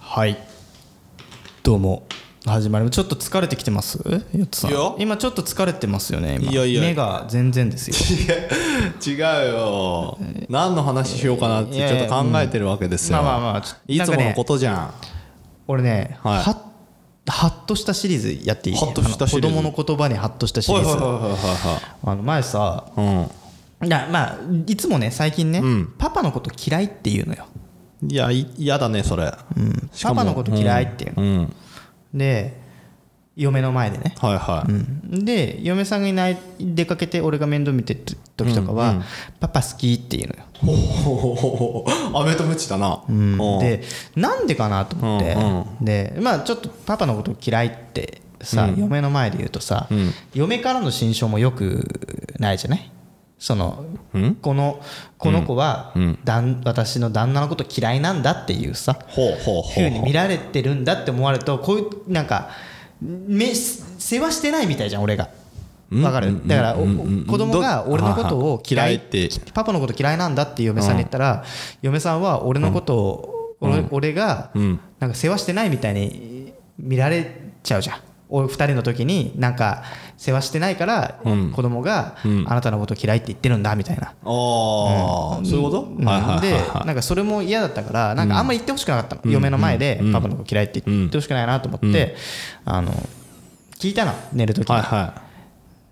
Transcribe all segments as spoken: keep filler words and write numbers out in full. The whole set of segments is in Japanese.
はいどうも始まり。ちょっと疲れてきてます？よっつさんいや今ちょっと疲れてますよね。今いやいや目が全然ですよ。 違うよ、何の話しようかなってちょっと考えてるわけですよ。 まあまあまあちょっといつものことじゃん。 俺ね、 はいはハッとしたシリーズやっていい？ ハッとしたシリーズ、 あの子供の言葉にハッとしたシリーズ。 はいはいはいはいはいあの前さ、 うん、 いやまあいつもね最近ね、 うん、 パパのこと嫌いって言うのよ。 いや嫌だねそれ、 うん、パパのこと嫌いっていうの、 うんうん、 で嫁の前でね、 はいはい、 うん、で嫁さんがいない出かけて俺が面倒見てる時とかは、うんうん、パパ好きって言うのよ。 ほほほほほ、アメとムチだな、 うん、でなんでかなと思って、 うんうん、でまあちょっとパパのこと嫌いってさ、うん、嫁の前で言うとさ、うん、嫁からの心象もよくないじゃない。そのこのこの子は、うん、だん私の旦那のこと嫌いなんだっていうさふうに見られてるんだって思われるとこういうなんかめ世話してないみたいじゃん俺が。わかる？だから子供が俺のことを嫌いってパパのこと嫌いなんだって嫁さんに言ったら、嫁さんは俺のことを俺俺がなんか世話してないみたいに見られちゃうじゃん。俺ふたりの時になんか世話してないから子供があなたのこと嫌いって言ってるんだみたいな、 うん、ああ、うん、そういうこと、 うん、でなんかそれも嫌だったからなんかあんまり言ってほしくなかったの、うん、嫁の前でパパのこと嫌いって言ってほしくないなと思って、うん、あの聞いたの寝る時に、はいはい、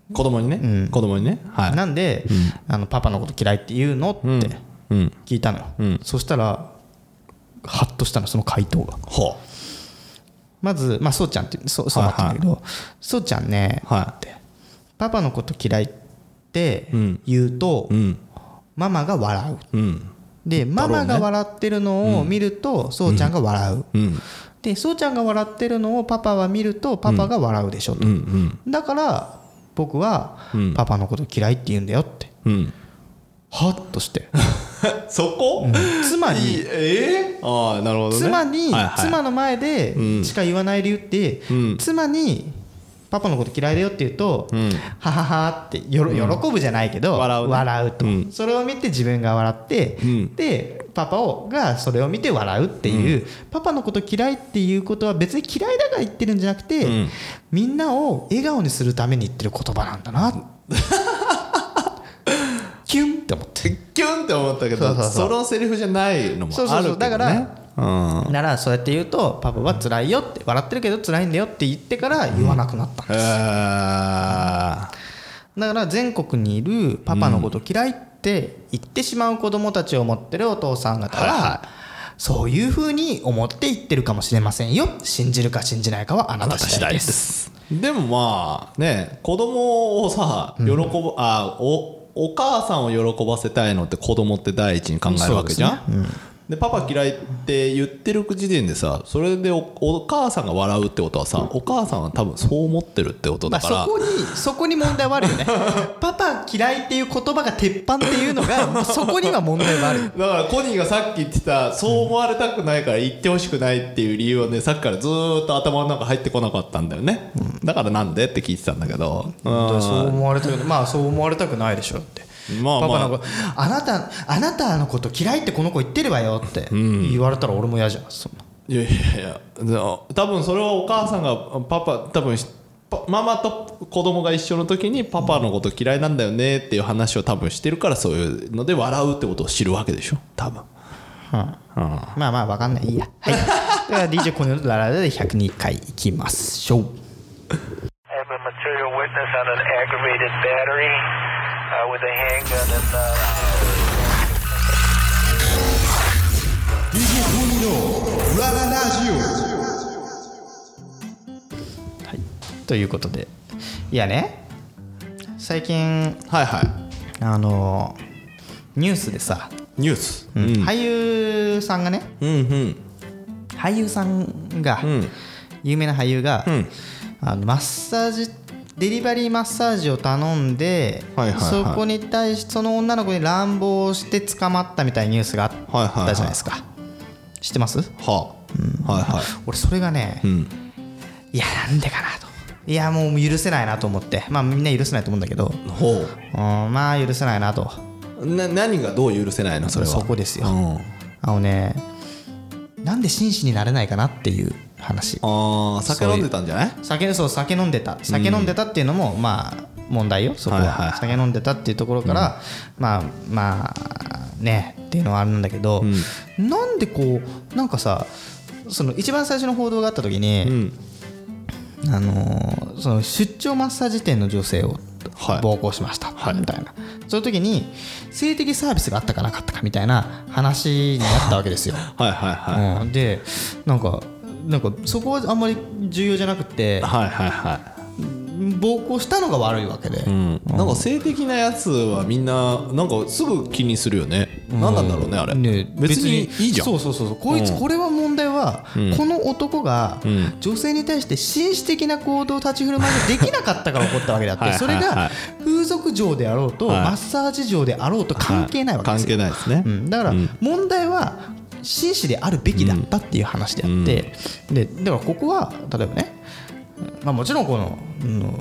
子供にね、うん、子供にね、はい、 なんで、うん、あのパパのこと嫌いって言うのって聞いたのよ、うんうん、そしたらハッとしたのその回答が。はあまず、まあ、そうちゃんってそうそうだったんだけど、はいはい、そうちゃんね、はい、ってパパのこと嫌いって言うと、うん、ママが笑う、うん、でママが笑ってるのを見ると、うん、そうちゃんが笑う、うん、でそうちゃんが笑ってるのをパパは見るとパパが笑うでしょと、うんうん、だから僕はパパのこと嫌いって言うんだよって、うん、はっとしてそこ、 うん、つまり、 えー、あーなるほどね、 妻に、 はいはい、 妻の前でしか言わない理由って、うん、妻にパパのこと嫌いだよって言うと、うん、はははってよろ喜ぶじゃないけど、うん、笑うね、笑うと、うん、それを見て自分が笑って、うん、でパパをがそれを見て笑うっていう、うん、パパのこと嫌いっていうことは別に嫌いだから言ってるんじゃなくて、うん、みんなを笑顔にするために言ってる言葉なんだなキュンって思ってキュンって思ったけど、そうそうそう、そのセリフじゃないのもあるけどね。そうそうそう、だから、 うん、ならそうやって言うとパパは辛いよって笑ってるけど辛いんだよって言ってから言わなくなったんです、うん、だから全国にいるパパのこと嫌いって言ってしまう子供たちを持ってるお父さん方は、はい、そういう風に思って言ってるかもしれませんよ。信じるか信じないかはあなた次第です。 でもまあね、子供をさ喜ぶ、うん、あおお母さんを喜ばせたいのって子供って第一に考えるわけじゃん。そうですね、うん、でパパ嫌いって言ってる時点でさ、それで お, お母さんが笑うってことはさ、お母さんは多分そう思ってるってことだから、 まあ、そこにそこに問題はあるよねパパ嫌いっていう言葉が鉄板っていうのがそこには問題があるだからコニーがさっき言ってたそう思われたくないから言ってほしくないっていう理由はね、さっきからずーっと頭の中入ってこなかったんだよね、うん、だからなんでって聞いてたんだけど、 うん、そう思われたくまあそう思われたくないでしょって、まあまあ、パパのあなたあなたのこと嫌いってこの子言ってればよって言われたら俺も嫌じゃん。そんな、 いやいやいや、多分それはお母さんがパパ多分ママと子供が一緒の時にパパのこと嫌いなんだよねっていう話を多分してるから、そういうので笑うってことを知るわけでしょ多分、 はあはあ、まあまあ分かんない、いいや、はい、では ディージェー コニーのララでひゃくにかいいきましょう。Uh, with a handgun and uh... ディージェー コニーのラララジオ、はい、ということで、いやね、最近はいはいあのニュースでさニュース、 うんうん、俳優さんがね、 うんうん、 俳優さんが、うん、有名な俳優が、うん、あのマッサージデリバリーマッサージを頼んで、はいはいはい、そこに対してその女の子に乱暴して捕まったみたいなニュースがあったじゃないですか、はいはいはい、知ってます？はあ、うんはいはい、俺それがね、うん、いやなんでかなと、いやもう許せないなと思って、まあみんな許せないと思うんだけど、ほう、うん、まあ許せないなと。な何がどう許せないのそれは。 そこですよ、うん、あのねなんで紳士になれないかなっていう話。 ああ酒飲んでたんじゃない？ 酒そう酒飲んでた酒飲んでたっていうのもまあ問題よそこは、はいはい、酒飲んでたっていうところから、うん、まあまあねっていうのはあるんだけど、うん、なんでこうなんかさその一番最初の報道があった時に、うん、あのー、その出張マッサージ店の女性を暴行しました、はい、みたいな、はい、その時に性的サービスがあったかなかったかみたいな話になったわけですよはいはいはい、うん、でなんかなんかそこはあんまり重要じゃなくて、はいはいはい暴行したのが悪いわけで、うん、 なんか性的なやつはみんななんかすぐ気にするよね、うん、何なんだろうねあれ、ね、別にいいじゃん。 そうそうそうこいつ、うん、これは問題は、うん、この男が女性に対して紳士的な行動を立ち振る舞いができなかったから起こったわけであってそれが風俗嬢であろうと、はい、マッサージ嬢であろうと関係ないわけですよ、 はい、関係ないですね、 うん、だから問題は紳士であるべきだったっていう話であって、うん、でだからここは例えばねまあ、もちろんこの、うん、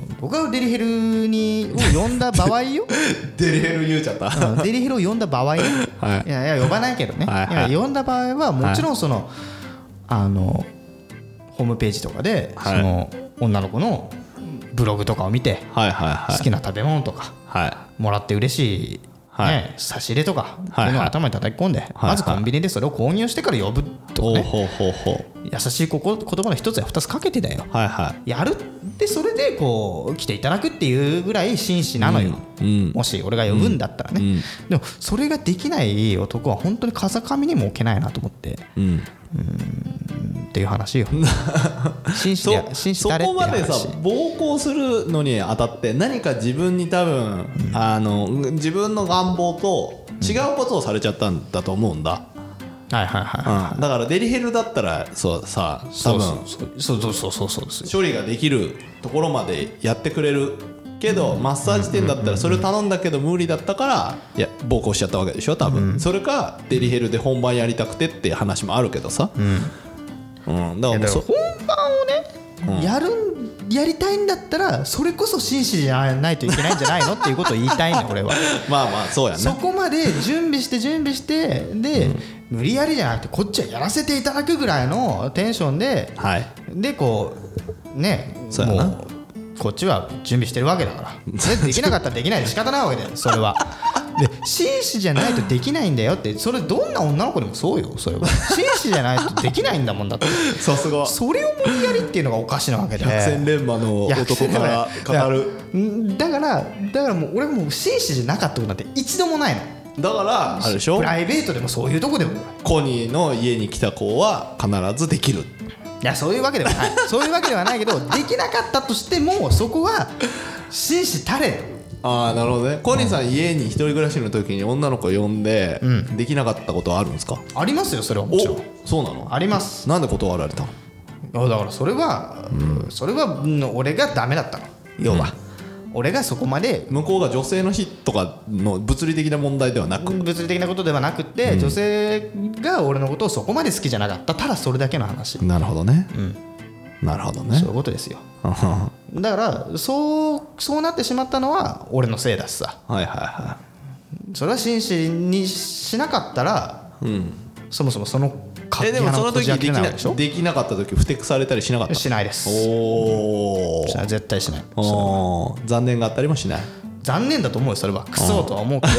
僕がデリヘルにを呼んだ場合よデリヘル言うちゃった、 うん、デリヘルを呼んだ場合、ねはい、いやいや呼ばないけどね、はいはい、いや呼んだ場合はもちろんその、はい、あのホームページとかで、はい、その女の子のブログとかを見て、はいはいはい、好きな食べ物とか、はい、もらって嬉しいはいね、差し入れとかそういうのを頭に叩き込んで、はいはい、まずコンビニでそれを購入してから呼ぶとかね、ほうほうほう優しい言葉の一つや二つかけてだよ、はいはい、やるってそれでこう来ていただくっていうぐらい紳士なのよ、うんうん、もし俺が呼ぶんだったらね、うんうん、でもそれができない男は本当に風上にも置けないなと思って、うん、うーんっていう話よ紳士で紳士誰っていう話。 そこまでさ暴行するのにあたって何か自分に多分、うん、あの自分の願望と違うことをされちゃったんだと思うんだ、 うん、はいはいはい、はいうん、だからデリヘルだったらそうさ多分そうそうそうそうそうですよ処理ができるところまでやってくれるけど、うん、マッサージ店だったらそれを頼んだけど無理だったからいや暴行しちゃったわけでしょ多分、うん、それかデリヘルで本番やりたくてっていう話もあるけどさ、うんうん、だから本番をね、うん、やるやりたいんだったらそれこそ紳士じゃないといけないんじゃないのっていうことを言いたいんだ俺はまあまあそうやね。 そこまで準備して準備してで、うん、無理やりじゃなくてこっちはやらせていただくぐらいのテンションで、はい、でこうねそうやなもうこっちは準備してるわけだからそれできなかったらできないで仕方ないわけだよそれはで紳士じゃないとできないんだよってそれどんな女の子でもそうよそれは紳士じゃないとできないんだもんだってさすがそれを無理やりっていうのがおかしなわけで百戦錬磨の男から語るだからだからもう俺もう紳士じゃなかったことなんて一度もないのだからあれでしょプライベートでもそういうとこでもコニーの家に来た子は必ずできるいやそういうわけではないそういうわけではないけどできなかったとしてもそこは紳士たれああなるほどね。コニーさん、うん、家に一人暮らしの時に女の子呼んで、うん、できなかったことはあるんですか？ ありますよそれはもちろん。 そうなの？ あります。 なんで断られたの？ だからそれは、うん、それは俺がダメだったの要は、うん、俺がそこまで向こうが女性の日とかの物理的な問題ではなく物理的なことではなくて、うん、女性が俺のことをそこまで好きじゃなかったただそれだけの話。 なるほどね、うんなるほどねそういうことですよだからそうそうなってしまったのは俺のせいだしさはいはいはいそれは真摯にしなかったら、うん、そもそもそのえでもその時できな、できなかった時ふてくされたりしなかった？ しないです。 おお絶対しない。 お残念があったりもしない？ 残念だと思うよそれはクソとは思うけ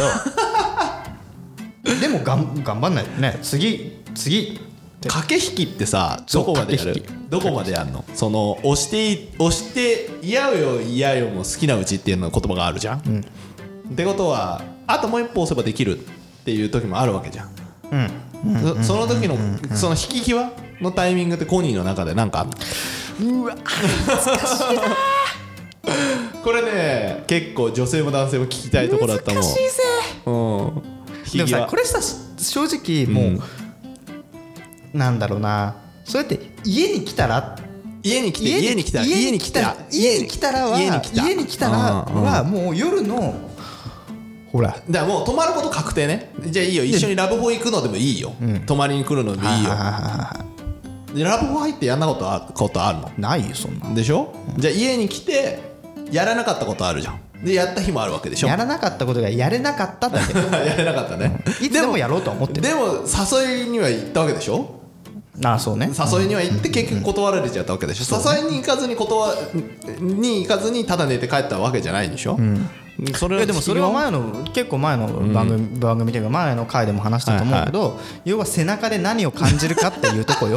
どでもがん頑張んないね次次駆け引きってさどこまでやるどこまでやるの？その押して押して嫌よ嫌よも好きなうちっていうの言葉があるじゃん、うん、ってことはあともう一歩押せばできるっていう時もあるわけじゃん、うんうん、そ, その時のその引き際のタイミングってコニーの中で何かあるの？うわ難しいなこれね結構女性も男性も聞きたいところだったもん。難しいぜ、うん、 でもさこれさ正直もう、うんなんだろうなそうやって家に来たら家に来て家に来たら家に来たら家に来たらは家に来たらはもう夜のほらだからもう泊まること確定ね。じゃあいいよ一緒にラブホ行くのでもいいよ、うん、泊まりに来るのでもいいよ。でラブホ入ってやんなことあことあるの？ ないよそんなでしょ、うん、じゃあ家に来てやらなかったことあるじゃん。でやった日もあるわけでしょ。 やらなかったことがやれなかっただけやれなかったね、 うん、いつでもやろうとは思ってる。 でも誘いには行ったわけでしょ。 ああそうね、 誘いには行って結局断られちゃったわけでしょ、うん、誘いに行かずに断に行かずにただ寝て帰ったわけじゃないんでしょ、うん、 それはでもそれは前の結構前の番組、うん、番組というか前の回でも話したと思うけど、はいはい、要は背中で何を感じるかっていうとこよ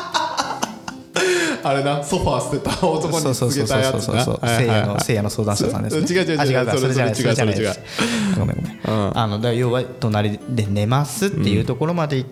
あれな、ソファー捨てた男に告げたやつな、 聖夜の聖夜の相談者さんですね。 違う違う違う、 それじゃないそれじゃないごめんごめん、 うん、 あのだ要は隣で寝ますっていうところまで行って、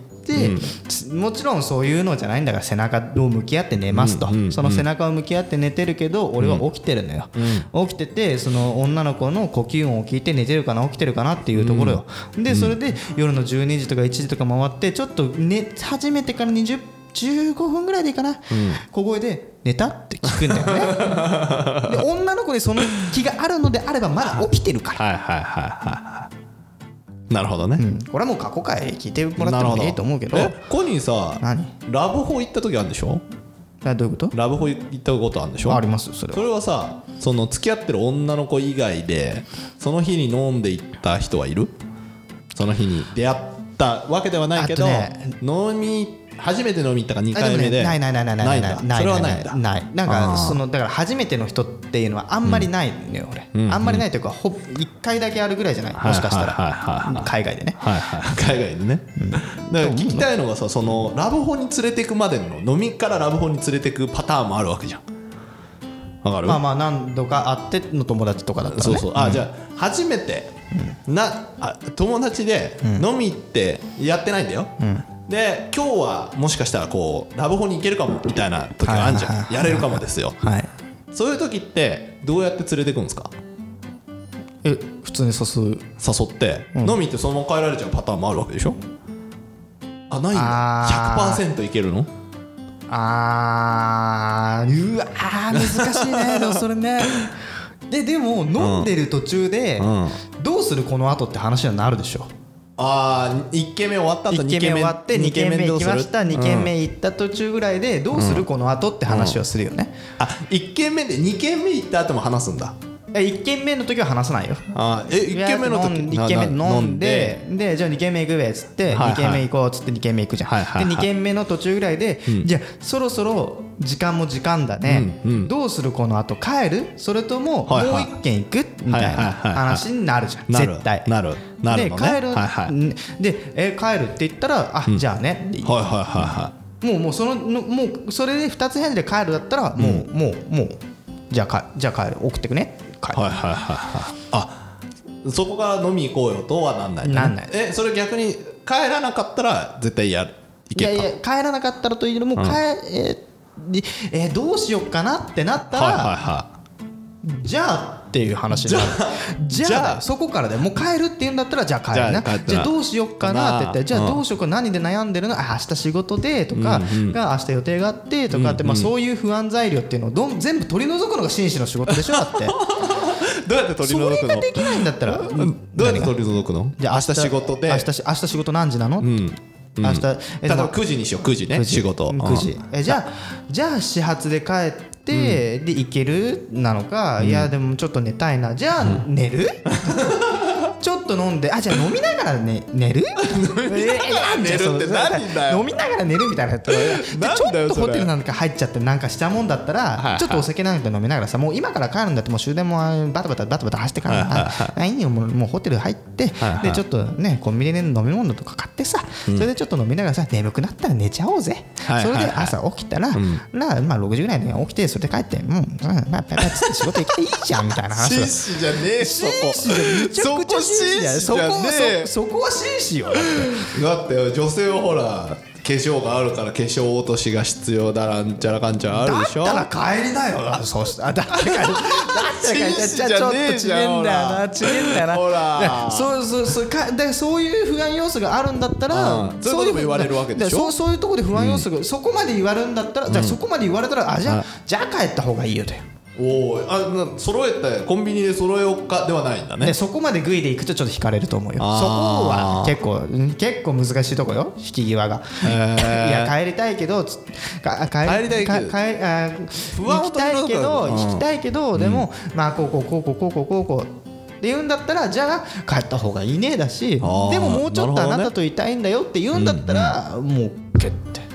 うん、もちろんそういうのじゃないんだから背中を向き合って寝ますと、うんうんうん、その背中を向き合って寝てるけど俺は起きてるのよ、うん、起きててその女の子の呼吸音を聞いて寝てるかな起きてるかなっていうところよ、うん、でそれで夜のじゅうにじとかいちじとか回ってちょっと寝始めてからにじゅっぷんじゅうごふんぐらいでいいかな、うん、小声で寝たって聞くんだよねで女の子にその気があるのであればまだ起きてるからはいはいはいはいなるほどね、 うん、これはもう過去回聞いてもらってもいいと思うけどえコニーさ何ラブホ行った時あるんでしょあどういうことラブホ行ったことあるんでしょありますそれはそれはさその付き合ってる女の子以外でその日に飲んで行った人はいるその日に出会ったわけではないけど、ね、飲み初めて飲み行ったかにかいめでないないないないないないないそれはないんだないなんかそのだから初めての人っていうのはあんまりないのよ俺、うん、あんまりないというかほいっかいだけあるぐらいじゃないもしかしたら海外でね、 はいはい、海外でね、うん、だから聞きたいのがさそのラブホに連れてくまでの飲みからラブホに連れてくパターンもあるわけじゃんわかるまあまあ何度か会っての友達とかだったらねそうそうあ、うん、じゃあ初めて、うん、なあ友達で飲み行ってやってないんだよ、うんで今日はもしかしたらこうラブホに行けるかもみたいな時があるじゃんやれるかもですよ、はい、そういう時ってどうやって連れてくんですかえ普通に誘う誘って、うん、飲みってそのまま帰られちゃうパターンもあるわけでしょあないんだ ひゃくパーセント いけるのあーうわー難しいねでもそれねででも飲んでる途中で、うんうん、どうするこの後って話になるでしょあーいっけんめ終わった後いっけんめ終わってにけんめ行きましたにけんめ行った途中ぐらいでどうするこの後って話をするよね、 うんうん、あいっけんめでにけんめ行った後も話すんだいっけんめの時は話さないよあえいっけんめの時いっけんめ飲んででじゃあにけんめ行くべっつってにけんめ行こうっつってにけんめ行くじゃん、はいはい、でにけんめの途中ぐらいで、うん、じゃあそろそろ時間も時間だね、うんうん、どうするこの後帰るそれとももう一軒行くみたいな話になるじゃん絶対なるなるで帰る、はいはい、でえ帰るって言ったらあ、うん、じゃあねって言う、はいはいはいはい、もうもうそのもうそれでふたつ返事で帰るだったらもう、うん、もうもうじゃあかじゃあ帰る送ってくねはいはいはいはいあそこから飲み行こうよとはなんない、ね、 なんないえそれ逆に帰らなかったら絶対やるいけるかいやいや帰らなかったらというよりも、うん、帰えーえー、どうしよっかなってなったら、はいはいはい、じゃあっていう話になるじゃあじゃあそこからでもう帰るって言うんだったらじゃあ帰るな じ, ゃじゃあどうしよっかなって言ってじゃあどうしようか何で悩んでるのあ明日仕事でとか、うんうん、が明日予定があってとかって、うんうんまあ、そういう不安材料っていうのをどん全部取り除くのが紳士の仕事でしょだってどうやって取り除くのそれができないんだったらどうやって取り除くのじゃあ明日仕事で明日明日仕事何時なの、うんうん、明日例えばくじにしようくじね仕事くじえじゃあじゃあ始発で帰ってで行けるなのか、うん、いやでもちょっと寝たいなじゃあ寝る、うん、ちょっと飲んであじゃあ飲みながら、ね、寝る飲みながら寝るって何だよ飲みながら寝るみたいなやつでちょっとホテルなんか入っちゃってなんかしたもんだったら、はいはい、ちょっとお酒なんか飲みながらさもう今から帰るんだってもう終電もバタバタバタバタ走ってから、はいはいはい、あいいよもう、もうホテル入って、はいはい、でちょっとねコンビニで飲み物とか買ってさ、うん、それでちょっと飲みながらさ眠くなったら寝ちゃおうぜ、はいはいはい、それで朝起きたら、うん、なまあろくじぐらいに起きてそれで帰ってうんうんまあパパつって仕事行っていいじゃんみたいな話紳士じゃねえそこめちゃくちゃ紳士じゃねえそこそ, そこは紳士よだってだって女性はほら化粧があるから化粧落としが必要だなんちゃらかんちゃらあるでしょだったら帰りなよそうしただったら帰りだったら帰りじゃあちょっと違えんだよな違えんだよなほらそうそうそうかだそういう不安要素があるんだったら、 うん、そういうことも言われるわけでしょそうそういうところで不安要素が、うん、そこまで言われるんだったら、うん、じゃあそこまで言われたらあじゃあ、うん、じゃあ帰った方がいいよとおあな揃えてコンビニで揃えようかではないんだねでそこまでグイでいくとちょっと引かれると思うよそこは結構結構難しいとこよ引き際がいや帰りたいけどつか帰りたいけどあ行きたいけど行きたいけどでも、うん、まあこうこうこうこうこうこうこうこうって言うんだったらじゃあ帰った方がいいねだしでももうちょっとあなたといたいんだよって言うんだったら、うんうん、もうけって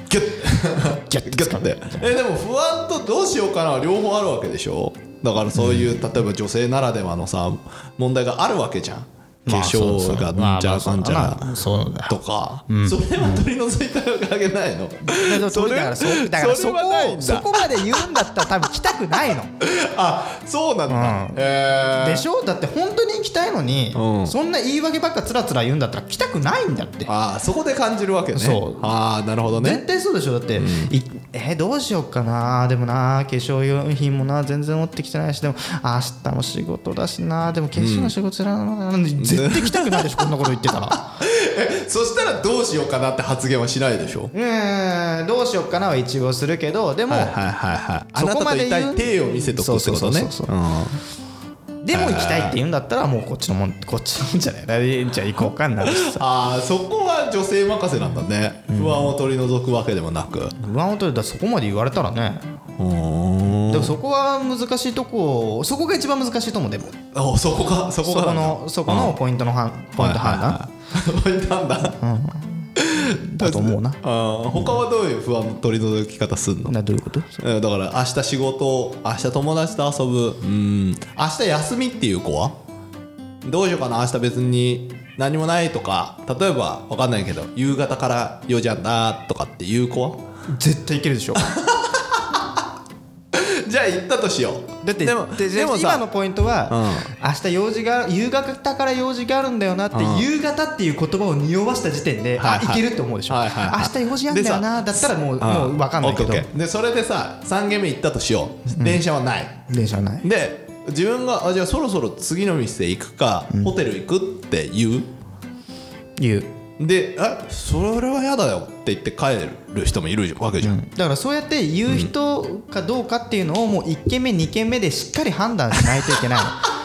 ギュッギュッギュッってえでも不安とどうしようかな両方あるわけでしょ。だからそういう、うん、例えば女性ならではのさ問題があるわけじゃん。化粧がなんちゃらかんちゃらとか、それは取り除いたわけないの。 それだからそだからそこをそこまで言うんだったら多分来たくないの。 あ、そうなんだ、うんえー、 でしょ。だって本当に行きたいのに、うん、そんな言い訳ばっかつらつら言うんだったら来たくないんだって。 ああ、そこで感じるわけね。そう。ああ、なるほどね。 絶対そうでしょ。だって、うん、いえー、どうしようかな、でもな化粧用品もな全然持ってきてないし、でも明日も仕事だしな、でも化粧の仕事じゃな、うん、絶対来たくないでしょこんなこと言ってたらえそしたらどうしようかなって発言はしないでしょ。 うん、どうしようかなは一応するけど、でも、はいはいはいはい、 そこまで言う、あなたといたい体を見せとくってことね。そうそうそうそう、 うん、でも行きたいって言うんだったらもうこっちのもんこっちのもんじゃないじゃあ行こうかになるしさ。 ああ、そこは女性任せなんだね、うん、不安を取り除くわけでもなく。 不安を取り除く、そこまで言われたらね。でもそこは難しいとこ、そこが一番難しいと思う。でもあそこがそこがそこのそこのポイントのはんポイント判断ポイント判断、 うん、だと思うな。 あ他はどういう不安の取り除き方すんの。 などういうこと。 だから明日仕事、明日友達と遊ぶ、うん、明日休みっていう子はどうしようかな、明日別に何もないとか、例えば分かんないけど夕方からよじあんだとかっていう子は絶対いけるでしょじゃあ行ったとしよう。 だってでもででも今のポイントは、うん、明日用事が夕方から用事があるんだよなって、うん、夕方っていう言葉を匂わした時点で、はいはい、あ、いけるって思うでしょ、はいはいはい、明日用事あるんだよなだったらもう、うん、もう分かんないけど、 でそれでささん軒目行ったとしよう、電車はない、 うん、電車はない。 で自分があじゃあそろそろ次の店行くか、うん、ホテル行くって言う言うで、えそれは嫌だよって言って帰る人もいるわけじゃん、うん、 だからそうやって言う人かどうかっていうのをもういっ軒目に軒目でしっかり判断しないといけないの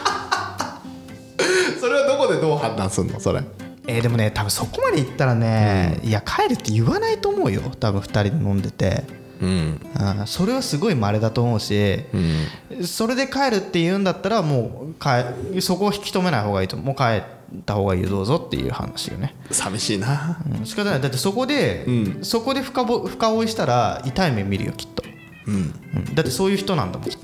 それはどこでどう判断するのそれ。 えー、でもね多分そこまで言ったらね、うん、いや帰るって言わないと思うよ多分ふたりで飲んでて、うん、あそれはすごい稀だと思うし、うん、それで帰るって言うんだったらもう帰そこを引き止めない方がいいと思う。もう帰った方がいいよどうぞっていう話よね。 寂しいな、 うん、仕方ない。だってそこで、うん、そこで深ぼ深追いしたら痛い目見るよきっと、うんうん、だってそういう人なんだもん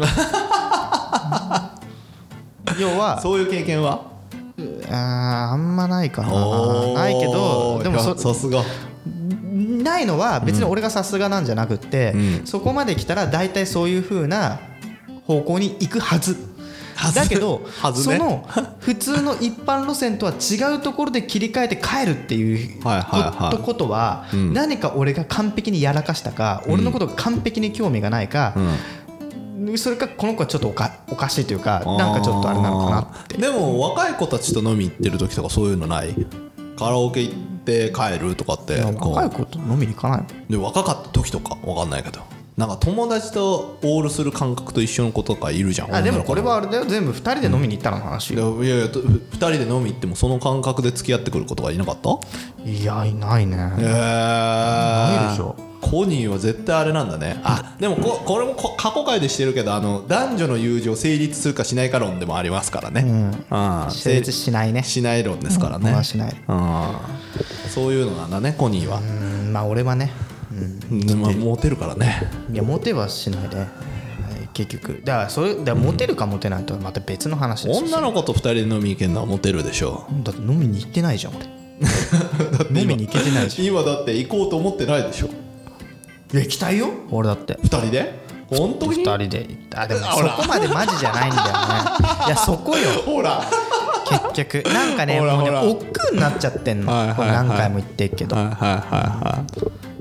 要はそういう経験はああんまないかな。ないけどでもそさすがないのは別に俺がさすがなんじゃなくって、うん、そこまで来たら大体そういう風な方向に行くはずだけど、ね、その普通の一般路線とは違うところで切り替えて帰るっていうことは何か俺が完璧にやらかしたか、俺のことが完璧に興味がないか、それかこの子はちょっとおか、おかしいというかなんかちょっとあれなのかなって。 でも若い子たちと飲み行ってる時とかそういうのない？カラオケ行って帰るとかって。 若い子と飲みに行かないで若かった時とか分かんないけどなんか友達とオールする感覚と一緒の子とかいるじゃん。 あでもこれはあれだよ全部ふたりで飲みに行ったの話、 うん、いやいやふたりで飲み行ってもその感覚で付き合ってくる子とかいなかった？ いやいないね。 えー、ないでしょ。コニーは絶対あれなんだね。あでも こ, これも過去回でしてるけどあの男女の友情成立するかしないか論でもありますからね、うんあ成立しないね。 しない論ですからね、 うん、しない、うん、 そういうのなんだねコニーは。 うんまあ俺はね、 うん、まあ、モテるからね。 いやモテはしないで結局だからそれだからモテるかモテないとはまた別の話です、 うん、女の子とふたりで飲み行けるのはモテるでしょ。 だって飲みに行ってないじゃん俺飲みに行けてないじゃん今だって行こうと思ってないでしょ。 いや行きたいよ俺だって。 ふたりで本当にふたりであでもそこまでマジじゃないんだよねいやそこよほら結局なんかねもうね億劫になっちゃってんの、はいはいはい、何回も言ってるけど、はいはいはいはい、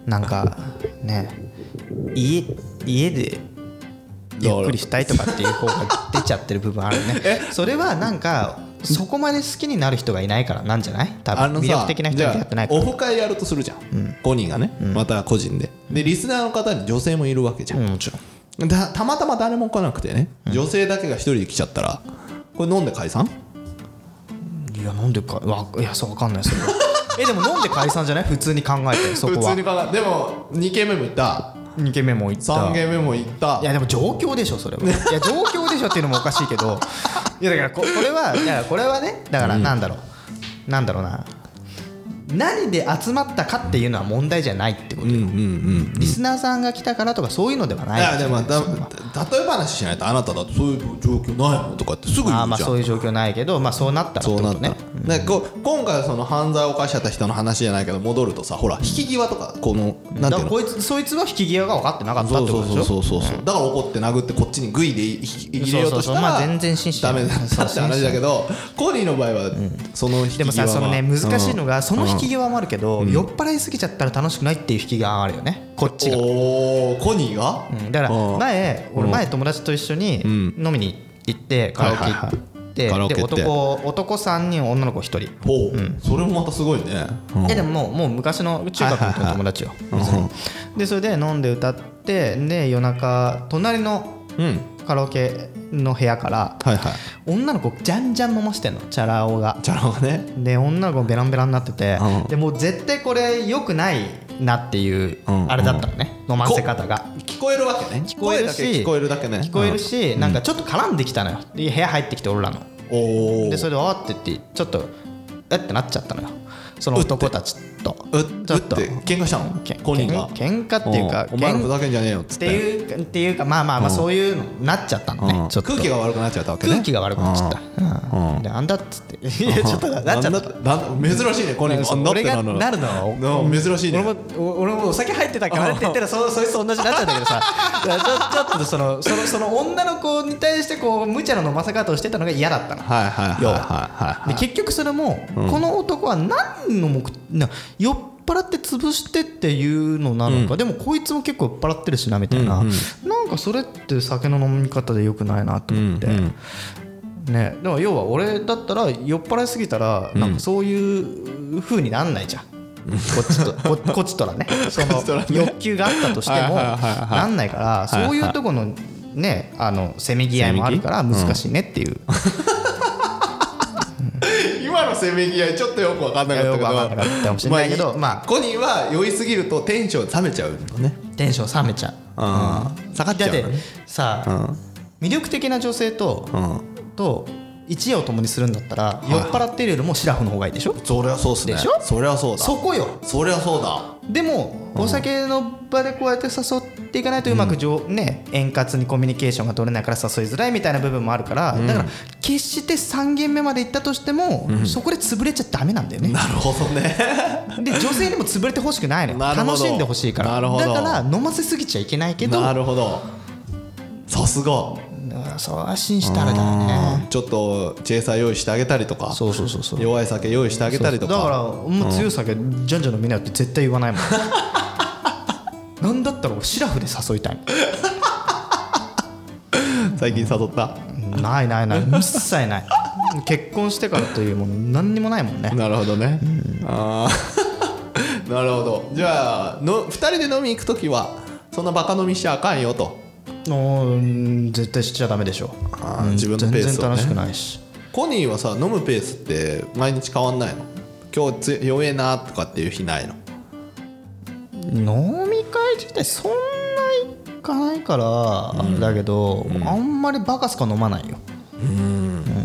なんかね家家でゆっくりしたいとかっていう方が出ちゃってる部分あるねそれはなんかそこまで好きになる人がいないからなんじゃない？多分魅力的な人がやってないから。 オフ会やるとするじゃん、うん、コニーがね、うん、また個人ででリスナーの方に女性もいるわけじゃん、うん、もちろんだたまたま誰も来なくてね、うん、女性だけが一人で来ちゃったらこれ飲んで解散？ いや飲んでかわいやそう分かんないですよえでも飲んで解散じゃない？普通に考えてそこは普通に考えてでもに軒目も行ったに軒目も行ったさん軒目も行った。 いやでも状況でしょそれはいや状況でしょっていうのもおかしいけどいやだから こ, これはいやこれはねだからなんだろう、うん、なんだろうな何で集まったかっていうのは問題じゃないってことよ、うんうんうん、リスナーさんが来たからとかそういうのではない。いやでもだ例え話しないとあなただとそういう状況ないのとかってすぐ言うじゃん。 あまあそういう状況ないけど、まあ、そうなったらってことね。 でこ今回その犯罪を犯しちゃった人の話じゃないけど戻るとさほら引き際とかこのなんていうのこいつそいつは引き際が分かってなかったってことでしょ。 そうそうそうそう、うん、だから怒って殴ってこっちにグイで入れようとしたらまあ全然紳士ダメだったって話だけどコニーの場合はその引き際は、うん、 でもさそのね難しいのがその引き際もあるけど、うん、酔っ払いすぎちゃったら楽しくないっていう引き際があるよねこっちが。 おコニーが、 うん、だから前俺前友達と一緒に飲みに行ってカラオケ行って、で男男さんにん女の子ひとり。 ほう、うん、それもまたすごいね、 うん、でももうもう昔の中学の友達よ、はいはいはい、でそれで飲んで歌ってで夜中隣のカラオケの部屋から、はいはい、女の子じゃんじゃん飲ましてんのチャラ男がチャラ男ね。 で女の子ベランベランになってて、うん、でもう絶対これ良くないなっていうあれだったのね、うんうん、飲ませ方が聞こえるわけね。 聞こえるし聞こえるだけね聞こえるし、うん、なんかちょっと絡んできたのよ。で部屋入ってきて俺らのおでそれでわーって言ってちょっとえってなっちゃったのよその男たちと。 ちょっと喧嘩したのコニーが。 喧嘩っていうかお前らふざけんじゃねえよっつってっていうっていうかまあまあまあそういうのになっちゃったのね。ちょっと空気が悪くなっちゃったわけね。 空気が悪くなっちゃったでなんだっつっていやちょっとなっちゃった。 珍しいねコニーが俺がなるのは珍しいね。 俺も俺もお酒入ってたからって言ったらそそいつと同じになっちゃうんだけどさちょちょっとそのそのその女の子に対してこう無茶な飲ませ方をしてたのが嫌だったの。 はいはいはいはい。 で結局それもこの男は何の目的酔っ払って潰してっていうのなのか、うん、でもこいつも結構酔っ払ってるしなみたいな、うんうん、なんかそれって酒の飲み方でよくないなと思って、うんうん、ね、だから要は俺だったら酔っ払いすぎたらなんかそういう風になんないじゃん、うん、こっちと こ, こっちとらねその欲求があったとしてもなんないからそういうとこのねあのせめぎ合いもあるから難しいねっていう、うん今のせめぎ合いちょっとよく分かんなかったけど、よく分かんなかったかもしれないけど、まあ、コニーは酔いすぎるとテンション冷めちゃうのね。 テンション冷めちゃう、 うん、下がっちゃうのね。 だってさ、うん、魅力的な女性と、うん、と一夜を共にするんだったら、はい、酔っ払ってるよりもシラフの方がいいでしょ。 そりゃそうっすね。でしょ。そりゃそうだ。 そこよ。 そりゃそうだ。 でも、うん、お酒の場でこうやって誘っていかないとうまく、うんね、円滑にコミュニケーションが取れないから誘いづらいみたいな部分もあるから、うん、だから決してさん軒目まで行ったとしても、うん、そこで潰れちゃダメなんだよね。 なるほどね。 で女性にも潰れてほしくないのよ。楽しんでほしいから。なるほど。だから飲ませすぎちゃいけないけど。 なるほど。さすが。 そう安心したらだよね。 ちょっとチェイサー用意してあげたりとか、 そうそうそうそう、 弱い酒用意してあげたりとか。 そうそう、だからもう強い酒じゃんじゃん飲みなよって絶対言わないもん。なんだったら俺シラフで誘いたい。 最近誘った？ ないないない、一切ない。結婚してからというもの何にもないもんね。なるほどね、うん、あなるほど。じゃあのふたりで飲み行くときはそんなバカ飲みしちゃあかんよと。 絶対しちゃダメでしょ。 あ、自分のペースをね。 全然楽しくないし。 コニーはさ飲むペースって毎日変わんないの？今日つ弱えなとかっていう日ないの？ 飲み会自体そんな行かないからあれだけど、うん、あんまりバカすか飲まないよ。 うん、うん、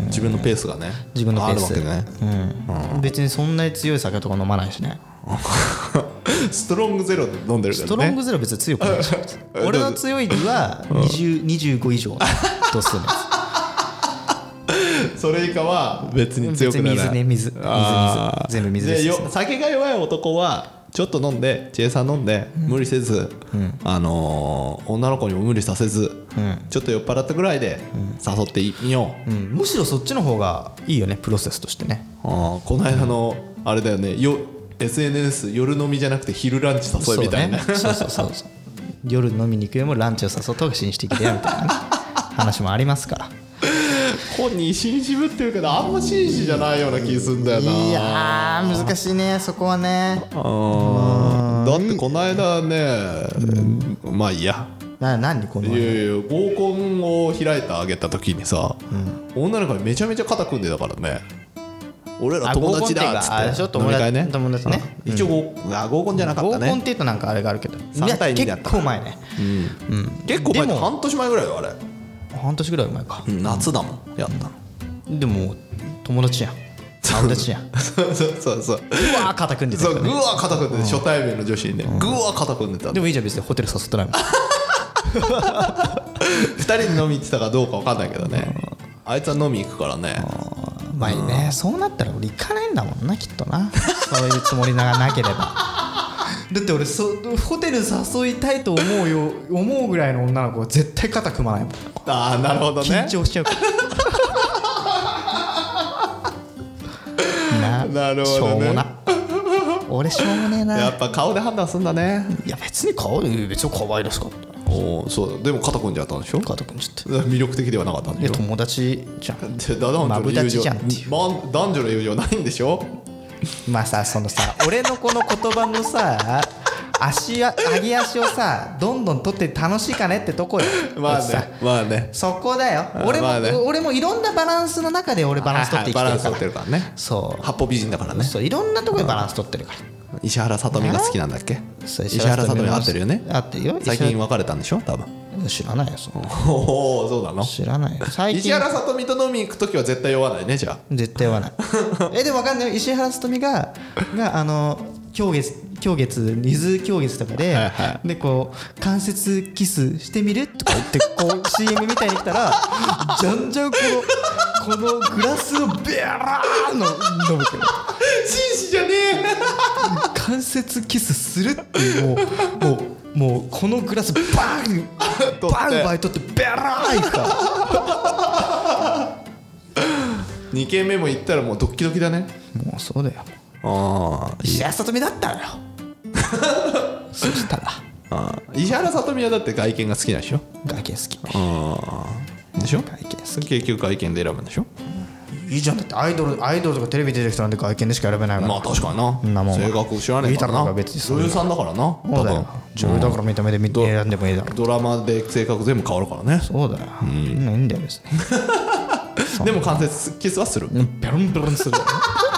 自分のペースがね、 自分のペースあるわけね、 うんうん、別にそんなに強い酒とか飲まないしね。 ストロングゼロで飲んでるけどね。 ストロングゼロ別に強くないし。俺の強いはにじゅう、にじゅうご以上度数です。 それ以下は別に強くならない。 水ね、水水水全部水です。 で酒が弱い男はちょっと飲んでチェイサー飲んで、うん、無理せず、うん、あのー、女の子にも無理させず、うん、ちょっと酔っ払ったぐらいで誘ってみよう、 うんうん、むしろそっちの方がいいよね、プロセスとしてね。 あこの間のあれだよね、よ エスエヌエス 夜飲みじゃなくて昼ランチ誘いみたいな。 そうね、そうそうそうそう夜飲みに行くよりもランチを誘った方が紳士的だよみたいな、ね、話もありますから。 本人紳士ぶってるけどあんま紳士じゃないような気するんだよな。 いやー難しいねそこはね。 あだってこの間ね、うん、まあいいや。 な何このいやいや合コンを開いてあげた時にさ、うん、女の子にめちゃめちゃ肩組んでたからね。俺ら友達だっつって飲み会ね。 友達ね。 一応合、うん、あ合コンじゃなかったね。 合コンって言うとなんかあれがあるけどさん対にだった。 結構前ね、 うんうん、結構前って半年前ぐらいよあれ。 半年ぐらい前か、 うん、夏だもんやったの。 でも友達やん。 顔立ちじゃん。 そうそうそうそう、 うわー肩組んでたそう、 よね。 ぐわ肩組んで、初対面の女子にね、ぐわ肩組んでた。 でもいいじゃん、別にホテル誘ってないもん。 ふたりで飲み行ってたかどうか分かんないけどね、あいつは飲み行くからね。 まあいいね、そうなったら俺行かないんだもんな、きっとな。そういうつもりがなければ。だって俺そホテル誘いたいと思うよ、思うぐらいの女の子は絶対肩組まないもん。 ああ、なるほどね。 緊張しちゃうからな。 なるほどね。 しょうもな。俺しょうもねえな。 やっぱ顔で判断すんだね。 いや別に顔で別に可愛いですかって。 おお、そうだ。でも肩組んじゃったんでしょ。 肩組んじゃって。 魅力的ではなかったんでしょ。 友達じゃん。 で男女の友情じゃんっていう。男女の友情ないんでしょ。 まあさ、そのさ、俺のこの言葉のさ、足上げ足をさ、どんどん取って楽しいかねってとこよ。 まあね、まあね。 そこだよ。俺も、ね、俺もいろんなバランスの中で俺バランス取って生きてるから。 バランス取ってるからね。 そう。 八方美人だからね。 そう、いろんなとこでバランス取ってるから。 石原さとみが好きなんだっけ。石原さとみ合ってるよね。 合ってるよ。 最近別れたんでしょ、多分。 知らないよ、その。 おお、そうなの。 知らないよ。最近石原さとみと飲み行くときは絶対酔わないね、じゃあ。 絶対酔わない。え、でも分かんないよ。石原さとみががあの狂月狂月水狂月とかで、はいはい、でこう関節キスしてみるとか言ってこう シーエム みたいに来たらじゃんじゃんこのこのグラスをベラーの飲むけど。 紳士じゃねえ。 関節キスするっていうもうもうもうこのグラスバンバンバイ取ってベラーいくからにけんめも行ったらもうドッキドキだね。 もうそうだよ。 ああ、 石原さとみだったらよ。そしたらあ石原さとみはだって外見が好きなんでしょ。 外見好き。 ああでしょ。外見好き。結局外見で選ぶんでしょ。 いいじゃん。だってアイドルアイドルとかテレビ出てる人なんて外見でしか選べないから。 まあ確かにな。 そんなもん性格知らねえからな。女優さんだからな。 そうだよ。女優だから見た目で見て選んでもいいだろ。 ドラマで性格全部変わるからね。 そうだよ。いいんだよ別に。 でも関節キスはする。 ベロンベロンする。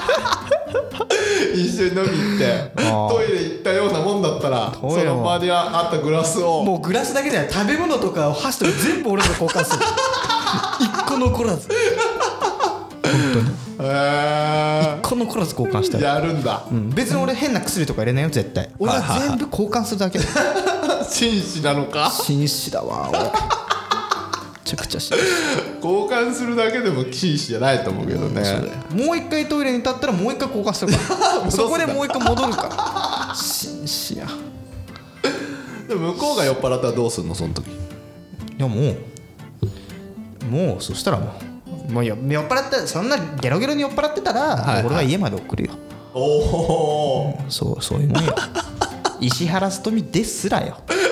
一緒に飲み行ってトイレ行ったようなもんだったらその場にあったグラスをもうグラスだけじゃない、食べ物とか箸とか全部俺と交換する。一個残らず。本当に。一個残らず交換したよ。 やるんだ、 うん、別に俺変な薬とか入れないよ絶対。俺は全部交換するだけ。 紳士なのか。 紳士だわ俺。めちゃくちゃ紳士。 交換するだけでも紳士じゃないと思うけどね。 もう一回トイレに立ったらもう一回交換するからそこでもう一回戻るから紳士や。 でも向こうが酔っ払ったらどうすんのその時。いやもうもうそしたらもうもう酔っ払ったらそんなゲロゲロに酔っ払ってたら、はいはい、俺は家まで送るよ。 おお、 うん、そうそういうもんよ。石原さとみですらよ。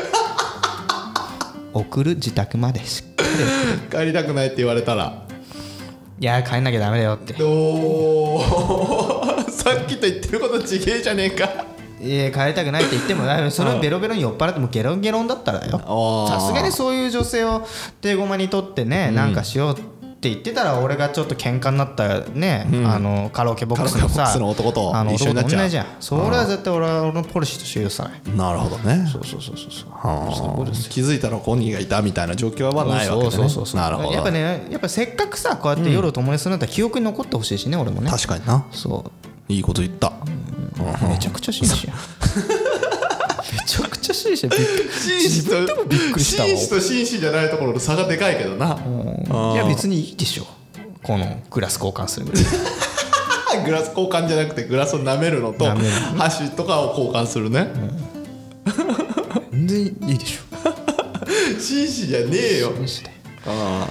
送る自宅までしっかり送る。 帰りたくないって言われたらいや帰んなきゃダメだよって。 おーさっきと言ってることちげえじゃねえか。 いや帰りたくないって言ってもそれをベロベロに酔っ払ってもゲロゲロンだったらよ。さすがにそういう女性を手駒にとってね、うん、なんかしようって言ってたら俺がちょっと喧嘩になったね、うん、あのカラオケボックスのさの男と一緒になっちゃう。同じじゃん。それは絶対俺は俺のポリシーとして許さない。 なるほどね。 そうそうそうそうそう。 気づいたらコニーがいたみたいな状況はないわけね。 そうそうそう。 なるほど。 やっぱねやっぱせっかくさこうやって夜を共にするんだったら記憶に残ってほしいしね俺もね。 確かにな。 そういいこと言った。 うん、めちゃくちゃ紳士やん。めちゃくちゃ紳士やん。 紳士とびっくりしたわ。紳士と紳士じゃないところの差がでかいけどな。 いや別にいいでしょ。このグラス交換するぐらい。 グラス交換じゃなくてグラスを舐めるのと箸とかを交換するね、 うん、全然いいでしょ。 紳士じゃねえよ。 紳士だよ。 あ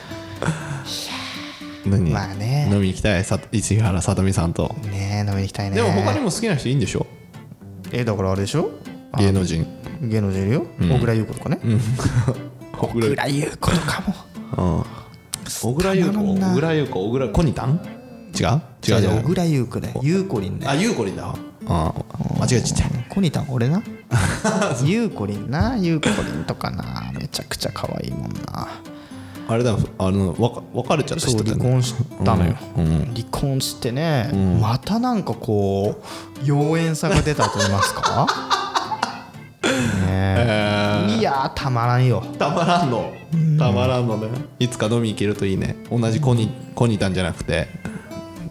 何まあね飲みに行きたいさ石原さとみさんとねえ飲みに行きたいね。 でも他にも好きな人いいんでしょ。 えだからあれでしょ芸能人芸能人いるよ、うん、小倉優子とかね、うん、小倉優子とかも、うん小倉優子小倉優子小倉コニタン違う違う違う小倉優子だよ。ゆうこりんだよ。 あゆうこりんだ。あ間違えちゃった。 コニタン俺な。ゆうこりんなゆうこりんとかなめちゃくちゃ可愛いもんな。 あれだあの別れちゃった人だね。そう離婚したのよ、うんうん、離婚してね、うん、またなんかこう妖艶さが出たと言いますか。ねえー、いやたまらんよ。 たまらんのたまらんのね。いつか飲み行けるといいね。同じコニ、コニタンじゃなくて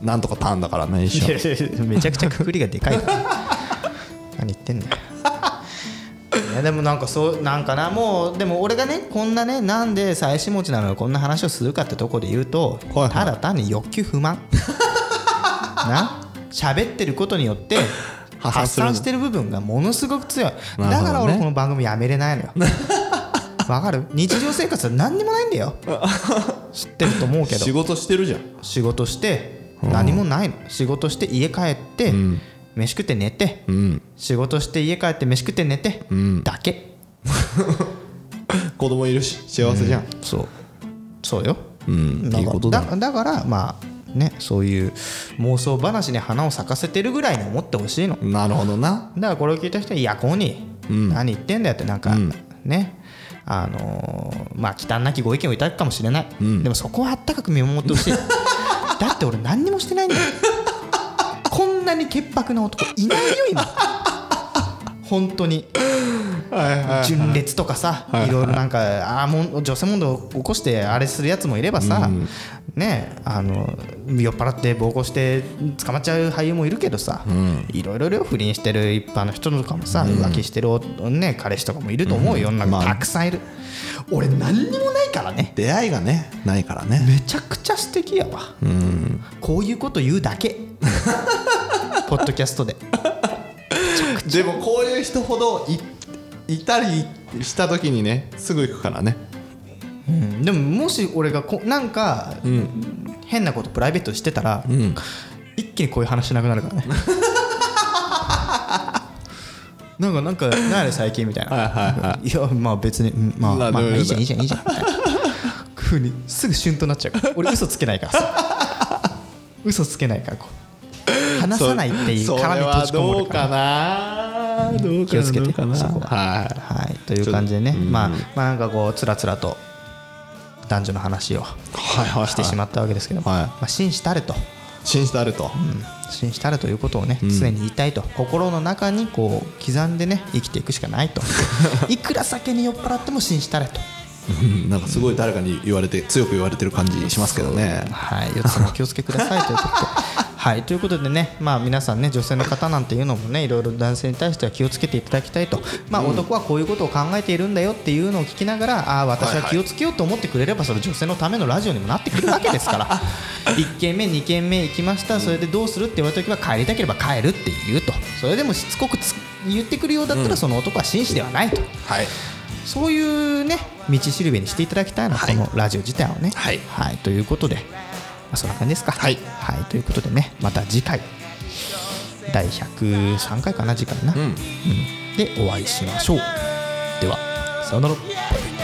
なんとかターンだからね一緒。 めちゃくちゃくくりがでかいから何言ってんだよいやでもなんかそうなんかなもうでも俺がねこんなねなんで妻子持ちなのにこんな話をするかってところで言うと、はいはい、ただ単に欲求不満な喋ってることによって発散してる部分がものすごく強い、ね、だから俺この番組やめれないのよわかる？日常生活は何にもないんだよ知ってると思うけど。 仕事してるじゃん。 仕事して何もないの、うん、仕事して家帰って、うん、飯食って寝て、うん、仕事して家帰って飯食って寝て、うん、だけ子供いるし幸せじゃん、うん、 そうそうよ、 うん、いいことだ。 だ, だからまあね、そういう妄想話に花を咲かせてるぐらいに思ってほしいの。 なるほどな。 だからこれを聞いた人は「いやコーニー、うん、何言ってんだよ」ってなんか、うん、ねあのー、まあ忌憚なきご意見をいただくかもしれない、うん、でもそこはあったかく見守ってほしいだって俺何にもしてないんだよこんなに潔白な男いないよ今本当にはいはい、はい、純烈とかさ、はいはい、いろいろなんかあも女性問題を起こしてあれするやつもいればさ、うん、ねあの酔っ払って暴行して捕まっちゃう俳優もいるけどさ、うん、いろいろ不倫してる一般の人とかもさ、うん、浮気してる、ね、彼氏とかもいると思うよ、うん、世の中たくさんいる、まあ、俺何にもないからね。 出会いがねないからね。 めちゃくちゃ素敵やわ、うん、こういうこと言うだけポッドキャストででもこういう人ほど い, いたりした時にねすぐ行くからね、 うん、でももし俺がこなんか、うん、変なことプライベートしてたら、うん、一気にこういう話しなくなるからねなんかなんか何あれ最近みたいな、はいはいはい、いやまあ別にまあ、まあまあ、いいじゃんいいじゃんいいじゃんみたいなふうにすぐシュンとなっちゃうから俺嘘つけないからさ嘘つけないからこう話さないっていう殻に閉じ込むから、ね、どうかなどうかな気をつけてそこは、はいはい、という感じでね、まあ、まあなんかこうつらつらと男女の話をしてしまったわけですけども、はいはいはい、まあ、真摯たれと真摯たれと、うん、 真摯たれということをね、うん、常に言いたいと心の中にこう刻んでね生きていくしかないといくら酒に酔っ払っても真摯たれとなんかすごい誰かに言われて強く言われてる感じしますけどね。 はい、よつもお気をつけくださいということではい、ということでね、まあ、皆さんね女性の方なんていうのもねいろいろ男性に対しては気をつけていただきたいと、まあ、男はこういうことを考えているんだよっていうのを聞きながら、ああ私は気をつけようと思ってくれればそれ女性のためのラジオにもなってくるわけですからいっけんめにけんめ行きました、それでどうするって言われた時は帰りたければ帰るって言うと、それでもしつこくつ言ってくるようだったらその男は紳士ではないと、はい、そういうね道しるべにしていただきたいの、はい、このラジオ自体をね、はいはい、ということで、まあ、そんな感じですか、はいはい、ということでねまた次回だいひゃくさんかいかな次回な、うんうん、でお会いしましょう。ではさよなら。